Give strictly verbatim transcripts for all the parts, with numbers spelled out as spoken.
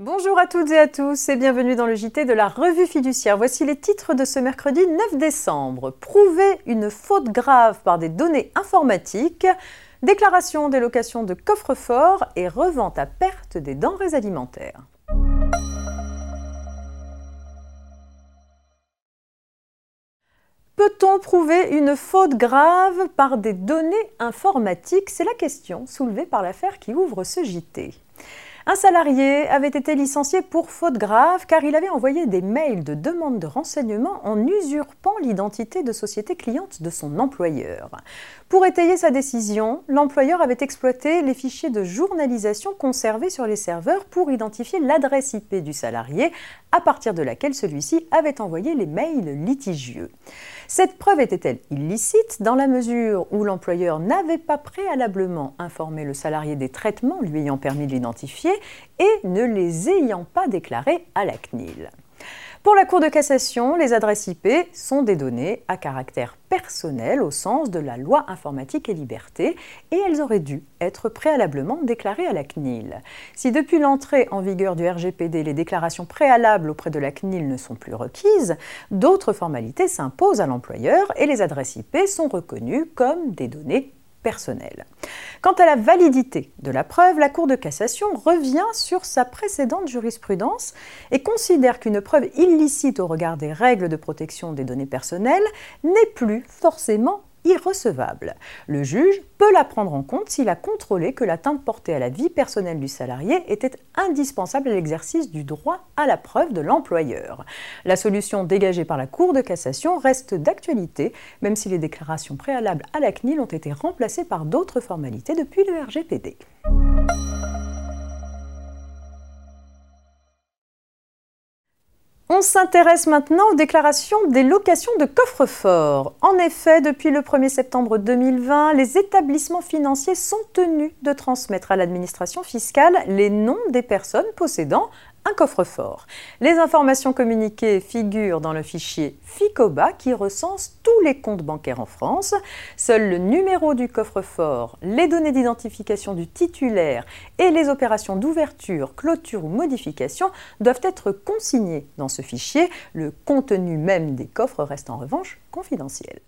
Bonjour à toutes et à tous et bienvenue dans le J T de la Revue Fiduciaire. Voici les titres de ce mercredi neuf décembre. Prouver une faute grave par des données informatiques, déclaration des locations de coffre-fort et revente à perte des denrées alimentaires. Peut-on prouver une faute grave par des données informatiques? C'est la question soulevée par l'affaire qui ouvre ce J T. Un salarié avait été licencié pour faute grave car il avait envoyé des mails de demande de renseignements en usurpant l'identité de société cliente de son employeur. Pour étayer sa décision, l'employeur avait exploité les fichiers de journalisation conservés sur les serveurs pour identifier l'adresse I P du salarié, à partir de laquelle celui-ci avait envoyé les mails litigieux. Cette preuve était-elle illicite dans la mesure où l'employeur n'avait pas préalablement informé le salarié des traitements lui ayant permis de l'identifier et ne les ayant pas déclarés à la C N I L? Pour la Cour de cassation, les adresses I P sont des données à caractère personnel au sens de la loi informatique et liberté et elles auraient dû être préalablement déclarées à la C N I L. Si depuis l'entrée en vigueur du R G P D, les déclarations préalables auprès de la C N I L ne sont plus requises, d'autres formalités s'imposent à l'employeur et les adresses I P sont reconnues comme des données personnelles. Quant à la validité de la preuve, la Cour de cassation revient sur sa précédente jurisprudence et considère qu'une preuve illicite au regard des règles de protection des données personnelles n'est plus forcément irrecevable. Le juge peut la prendre en compte s'il a contrôlé que l'atteinte portée à la vie personnelle du salarié était indispensable à l'exercice du droit à la preuve de l'employeur. La solution dégagée par la Cour de cassation reste d'actualité, même si les déclarations préalables à la C N I L ont été remplacées par d'autres formalités depuis le R G P D. On s'intéresse maintenant aux déclarations des locations de coffre-fort. En effet, depuis le premier septembre deux mille vingt, les établissements financiers sont tenus de transmettre à l'administration fiscale les noms des personnes possédant un coffre-fort. Les informations communiquées figurent dans le fichier FICOBA qui recense tous les comptes bancaires en France. Seul le numéro du coffre-fort, les données d'identification du titulaire et les opérations d'ouverture, clôture ou modification doivent être consignés dans ce fichier. Le contenu même des coffres reste en revanche confidentiel.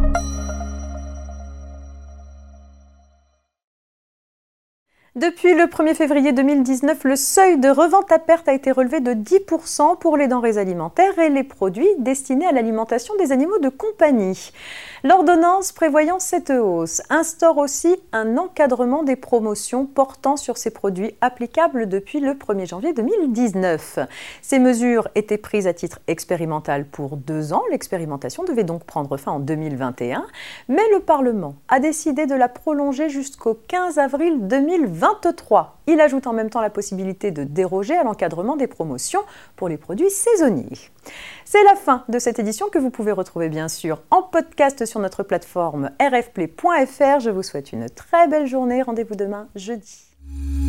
Depuis le premier février deux mille dix-neuf, le seuil de revente à perte a été relevé de dix pour cent pour les denrées alimentaires et les produits destinés à l'alimentation des animaux de compagnie. L'ordonnance prévoyant cette hausse instaure aussi un encadrement des promotions portant sur ces produits applicables depuis le premier janvier deux mille dix-neuf. Ces mesures étaient prises à titre expérimental pour deux ans. L'expérimentation devait donc prendre fin en deux mille vingt et un, mais le Parlement a décidé de la prolonger jusqu'au quinze avril deux mille vingt-trois. Il ajoute en même temps la possibilité de déroger à l'encadrement des promotions pour les produits saisonniers. C'est la fin de cette édition que vous pouvez retrouver bien sûr en podcast sur notre plateforme r f play point f r. Je vous souhaite une très belle journée. Rendez-vous demain jeudi.